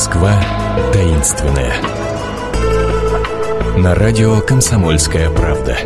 Москва таинственная. На радио «Комсомольская правда».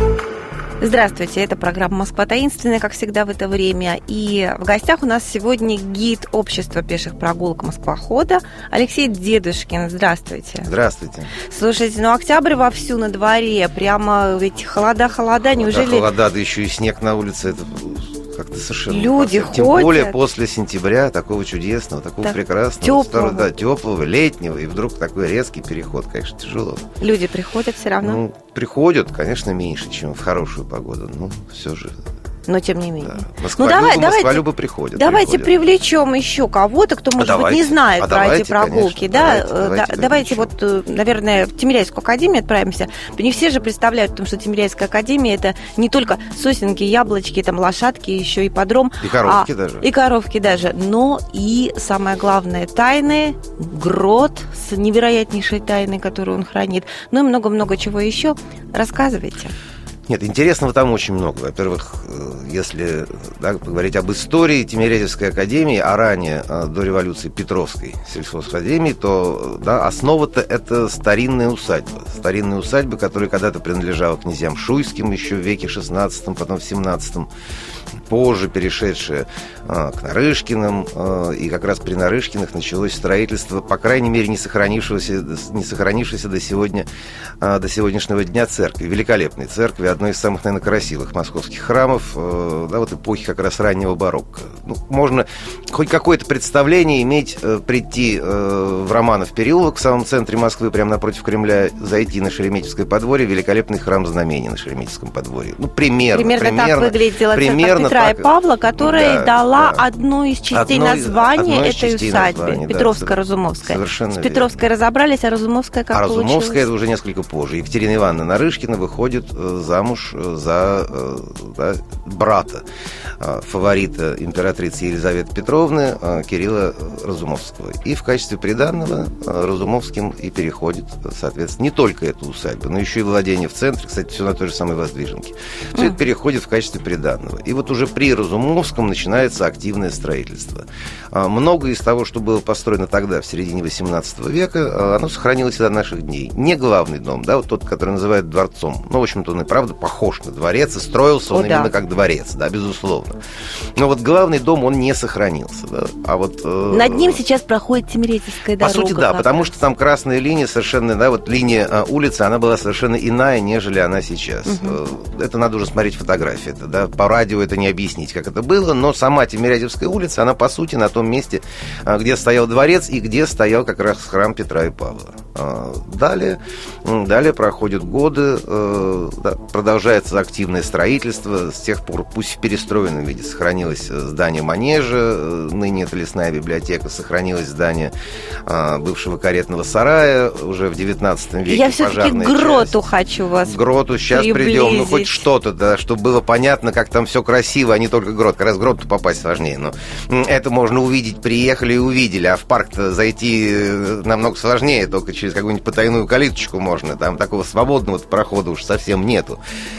Здравствуйте, это программа «Москва таинственная», как всегда в это время. И в гостях у нас сегодня гид общества пеших прогулок «Москвохода» Алексей Дедушкин. Здравствуйте. Здравствуйте. Слушайте, октябрь вовсю на дворе, прямо ведь холода, неужели... Холода, да еще и снег на улице, это как-то совершенно... Люди ходят. Тем более после сентября, такого чудесного, такого прекрасного, теплого, летнего, и вдруг такой резкий переход, конечно, тяжело. Люди приходят все равно? Приходят, конечно, меньше, чем в хорошую погоду, но все же... Но тем не менее. Да. Москволюбы приходят. Давайте привлечем еще кого-то, кто, может быть, не знает про эти прогулки. Конечно, давайте вот, наверное, в Тимирязевскую академию отправимся. Не все же представляют, потому что Тимирязевская академия — это не только сосенки, яблочки, там лошадки, еще и ипподром. И коровки даже. И коровки даже. Но и самое главное — тайны, грот с невероятнейшей тайной, которую он хранит. Ну и много-много чего еще. Рассказывайте. Нет, интересного там очень много. Во-первых, если поговорить об истории Тимирязевской академии, а ранее до революции Петровской сельхозакадемии, то основа-то это старинная усадьба. Старинная усадьба, которая когда-то принадлежала князьям Шуйским еще в веке XVI, потом в XVII, позже перешедшая к Нарышкиным, и как раз при Нарышкиных началось строительство, по крайней мере, не сохранившегося до сегодняшнего дня церкви, великолепной церкви, одной из самых, наверное, красивых московских храмов, вот эпохи как раз раннего барокко. Можно хоть какое-то представление иметь, прийти в Романов переулок в самом центре Москвы, прямо напротив Кремля, зайти на Шереметьевское подворье, великолепный храм Знамений на Шереметьевском подворье. Примерно так выглядела церковь Петра и Павла, которая дала одну из частей названия этой усадьбы, Петровско-Разумовская. Совершенно с Петровской верно. Разобрались, а Разумовская как получилось? Разумовская это уже несколько позже. Екатерина Ивановна Нарышкина выходит замуж за брата фаворита императрицы Елизаветы Петровны Кирилла Разумовского. И в качестве приданного Разумовским и переходит, соответственно, не только эту усадьбу, но еще и владение в центре, кстати, все на той же самой Воздвиженке. Все это переходит в качестве приданного. И вот уже при Разумовском начинается активное строительство. Многое из того, что было построено тогда, в середине XVIII века, оно сохранилось до наших дней. Не главный дом, вот тот, который называют дворцом. В общем-то, он и правда похож на дворец, и строился он именно как дворец, безусловно. Но вот главный дом, он не сохранился. А вот, над ним сейчас проходит Тимирязевская дорога. По сути, потому что там красная линия совершенно, линия улицы, она была совершенно иная, нежели она сейчас. Это надо уже смотреть фотографии. По радио это не объяснить, как это было, но сама Тимирязевская улица, она, по сути, на том месте, где стоял дворец и где стоял как раз храм Петра и Павла. Далее проходят годы, продолжается активное строительство. С тех пор, пусть в перестроенном виде, сохранилось здание манежа, ныне это лесная библиотека, сохранилось здание бывшего каретного сарая, уже в XIX веке. Я все-таки к гроту хочу вас к гроту сейчас придем, хоть что-то, чтобы было понятно, как там все красиво, а не только грот. Как раз в грот попасть сложнее, но это можно увидеть, приехали и увидели, а в парк-то зайти намного сложнее, только через какую-нибудь потайную калиточку можно, там такого свободного прохода уж совсем нету.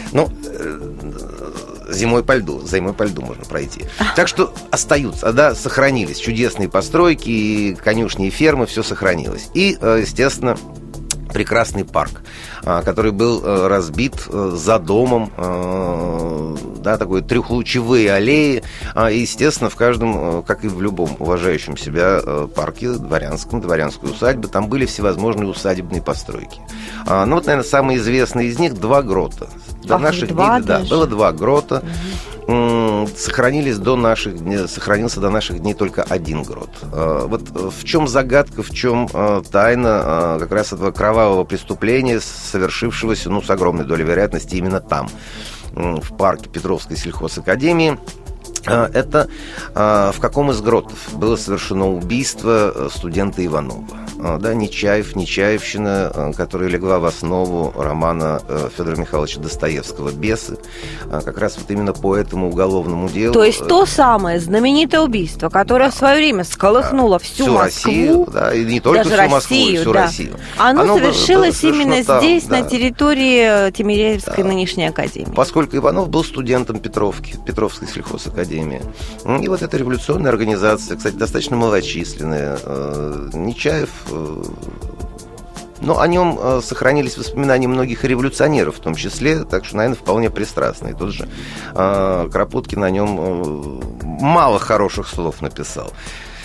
Зимой по льду можно пройти. Так что остаются, сохранились чудесные постройки, и конюшни, и фермы, все сохранилось. И, естественно, прекрасный парк, который был разбит за домом, такой трехлучевые аллеи. И, естественно, в каждом, как и в любом уважающем себя парке дворянском, дворянской усадьбы, там были всевозможные усадебные постройки. Наверное, самые известные из них — 2 грота. До наших дней, было 2 грота. Сохранился до наших дней только 1 грот. Вот в чем загадка, в чем тайна как раз этого кровавого преступления, совершившегося, с огромной долей вероятности, именно там, в парке Петровской сельхозакадемии. Это в каком из гротов было совершено убийство студента Иванова. Нечаев, Нечаевщина, которая легла в основу романа Федора Михайловича Достоевского «Бесы», как раз вот именно по этому уголовному делу. То есть то самое знаменитое убийство, которое в свое время сколыхнуло всю Москву, Россию, и не только всю Москву, и всю Россию. Оно совершилось именно здесь, на территории Тимирязевской нынешней академии. Поскольку Иванов был студентом Петровской сельхозакадемии, Академия. И вот эта революционная организация, кстати, достаточно малочисленная. Нечаев... Но о нем сохранились воспоминания многих революционеров в том числе, так что, наверное, вполне пристрастный. Тот же Кропоткин о нем мало хороших слов написал.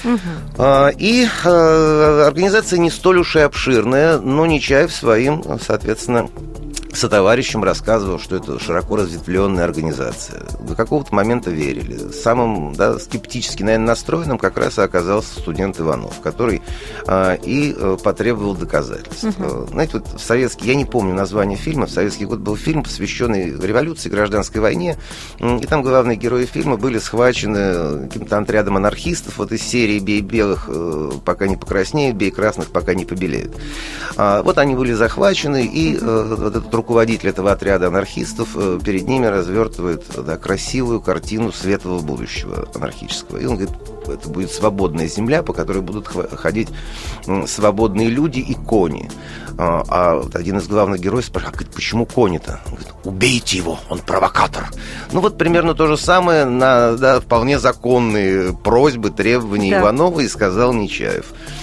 И организация не столь уж и обширная, но Нечаев своим, соответственно, сотоварищам рассказывал, что это широко разветвленная организация. До какого-то момента верили. Самым скептически, наверное, настроенным как раз и оказался студент Иванов, который и потребовал доказательств. Знаете, вот в советский, я не помню название фильма, в советский год был фильм, посвященный революции, гражданской войне, и там главные герои фильма были схвачены каким-то отрядом анархистов, вот из серии «Бей белых, пока не покраснеют, бей красных, пока не побелеют». Вот они были захвачены, и вот этот руководитель этого отряда анархистов перед ними развертывает красивую картину светлого будущего анархического. И он говорит, это будет свободная земля, по которой будут ходить свободные люди и кони. А один из главных героев спрашивает, почему кони-то? Он говорит, убейте его, он провокатор. Ну вот примерно то же самое на вполне законные просьбы, требования Иванова и сказал Нечаев.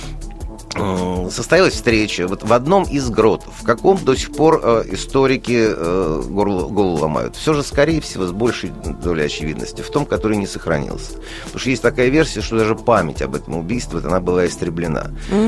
Состоялась встреча вот в одном из гротов, в каком до сих пор историки голову ломают. Все же, скорее всего, с большей долей очевидности в том, который не сохранился. Потому что есть такая версия, что даже память об этом убийстве, она была истреблена.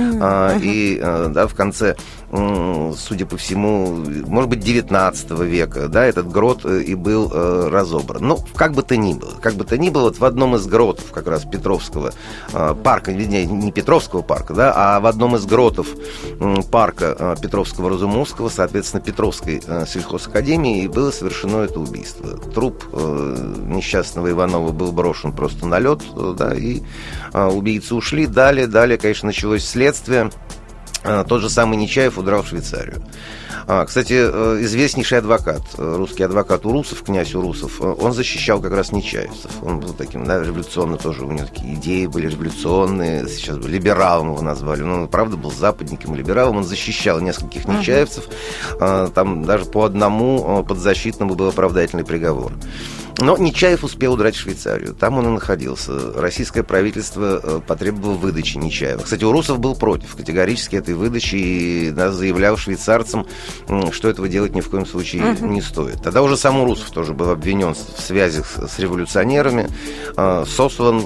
И в конце, судя по всему, может быть, 19 века, этот грот и был разобран. Но как бы то ни было, вот в одном из гротов как раз Петровского парка, не Петровского парка, а в одном из гротов парка Петровского-Разумовского, соответственно, Петровской сельхозакадемии, было совершено это убийство. Труп несчастного Иванова был брошен просто на лед, и убийцы ушли. Далее, конечно, началось следствие. Тот же самый Нечаев удрал в Швейцарию. Кстати, известнейший адвокат, русский адвокат Урусов, князь Урусов, он защищал как раз нечаевцев. Он был таким, революционным тоже, у него такие идеи были революционные, сейчас бы либералом его назвали. Но он, правда, был западником, либералом. Он защищал нескольких нечаевцев. Там даже по одному подзащитному был оправдательный приговор. Но Нечаев успел удрать в Швейцарию. Там он и находился. Российское правительство потребовало выдачи Нечаева. Кстати, Урусов был против категорически этой выдачи и заявлял швейцарцам, что этого делать ни в коем случае не стоит. Тогда уже сам Урусов тоже был обвинен в связях с революционерами. Сослан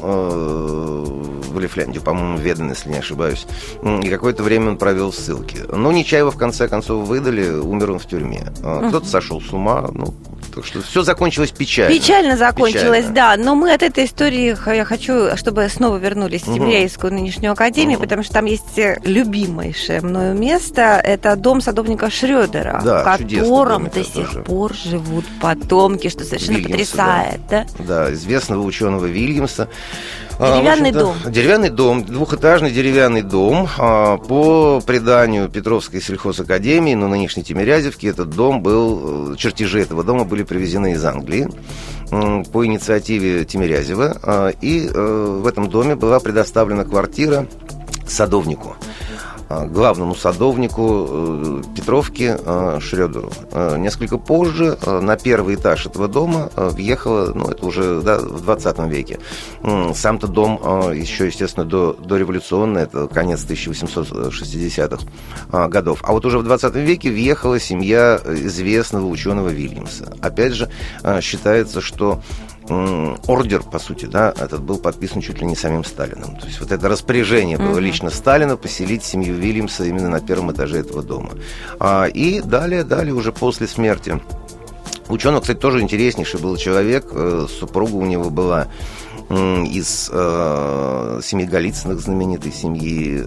в Лифляндию, по-моему, Веден, если не ошибаюсь. И какое-то время он провел в ссылке. Но Нечаева в конце концов выдали, умер он в тюрьме. Кто-то сошел с ума, так что все закончилось печально. Печально закончилось, да. Но мы от этой истории, я хочу, чтобы снова вернулись в Тимирязевскую нынешнюю академию, потому что там есть любимейшее мною место. Это дом садовника Шрёдера, в котором до сих пор живут потомки, что совершенно потрясает. Да, известного ученого Вильямса. Деревянный дом, двухэтажный деревянный дом. По преданию Петровской сельхозакадемии, нынешней Тимирязевки, этот дом был, чертежи этого дома были привезены из Англии по инициативе Тимирязева. И в этом доме была предоставлена квартира садовнику, главному садовнику Петровки Шрёдеру. Несколько позже на первый этаж этого дома въехала, это уже в 20 веке. Сам-то дом еще, естественно, дореволюционный, это конец 1860-х годов. А вот уже в 20 веке въехала семья известного ученого Вильямса. Опять же, считается, что ордер, по сути, этот был подписан чуть ли не самим Сталиным. То есть вот это распоряжение было лично Сталина поселить семью Вильямса именно на первом этаже этого дома. И далее уже после смерти ученого, кстати, тоже интереснейший был человек. Супруга у него была из семьи Голицыных, знаменитой семьи.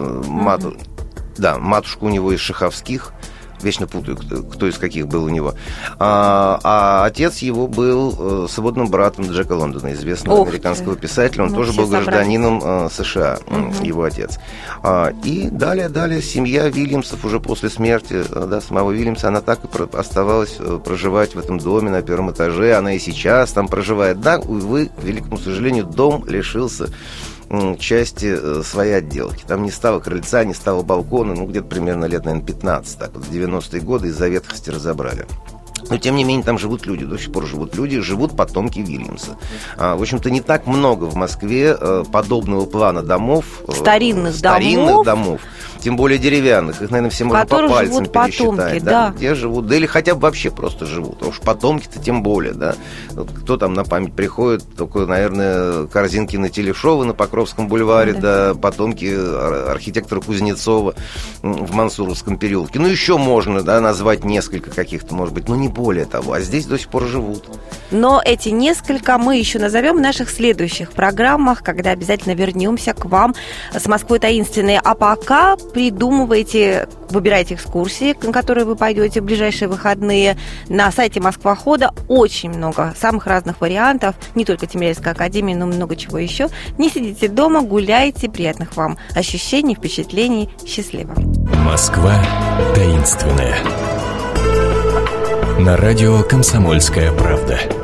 Матушка у него из Шаховских. Вечно путаю, кто из каких был у него. А отец его был сводным братом Джека Лондона, известного американского писателя. Он тоже был гражданином США, его отец. И далее семья Вильямсов уже после смерти самого Вильямса, она так и оставалась проживать в этом доме на первом этаже. Она и сейчас там проживает. Да, увы, к великому сожалению, дом лишился части своей отделки. Там не стало крыльца, не стало балкона, где-то примерно лет, наверное, 15. Так вот, в 90-е годы из-за ветхости разобрали. Но, тем не менее, там живут люди, до сих пор живут люди, живут потомки Вильямса. В общем-то, не так много в Москве подобного плана домов. Старинных домов. Тем более деревянных. Их, наверное, все можно по пальцам пересчитать. Потомки, да. Где живут, да или хотя бы вообще просто живут. А уж потомки-то тем более, да. Кто там на память приходит, только, наверное, Корзинкина, Телешова на Покровском бульваре, да, потомки архитектора Кузнецова в Мансуровском переулке. Ну, еще можно, да, назвать несколько каких-то, может быть, но не более того. А здесь до сих пор живут. Но эти несколько мы еще назовем в наших следующих программах, когда обязательно вернемся к вам с Москвой таинственной. А пока придумывайте, выбирайте экскурсии, на которые вы пойдете в ближайшие выходные. На сайте Москвохода очень много самых разных вариантов, не только Тимирязевской академии, но много чего еще. Не сидите дома, гуляйте, приятных вам ощущений, впечатлений, счастливо. Москва таинственная. На радио «Комсомольская правда».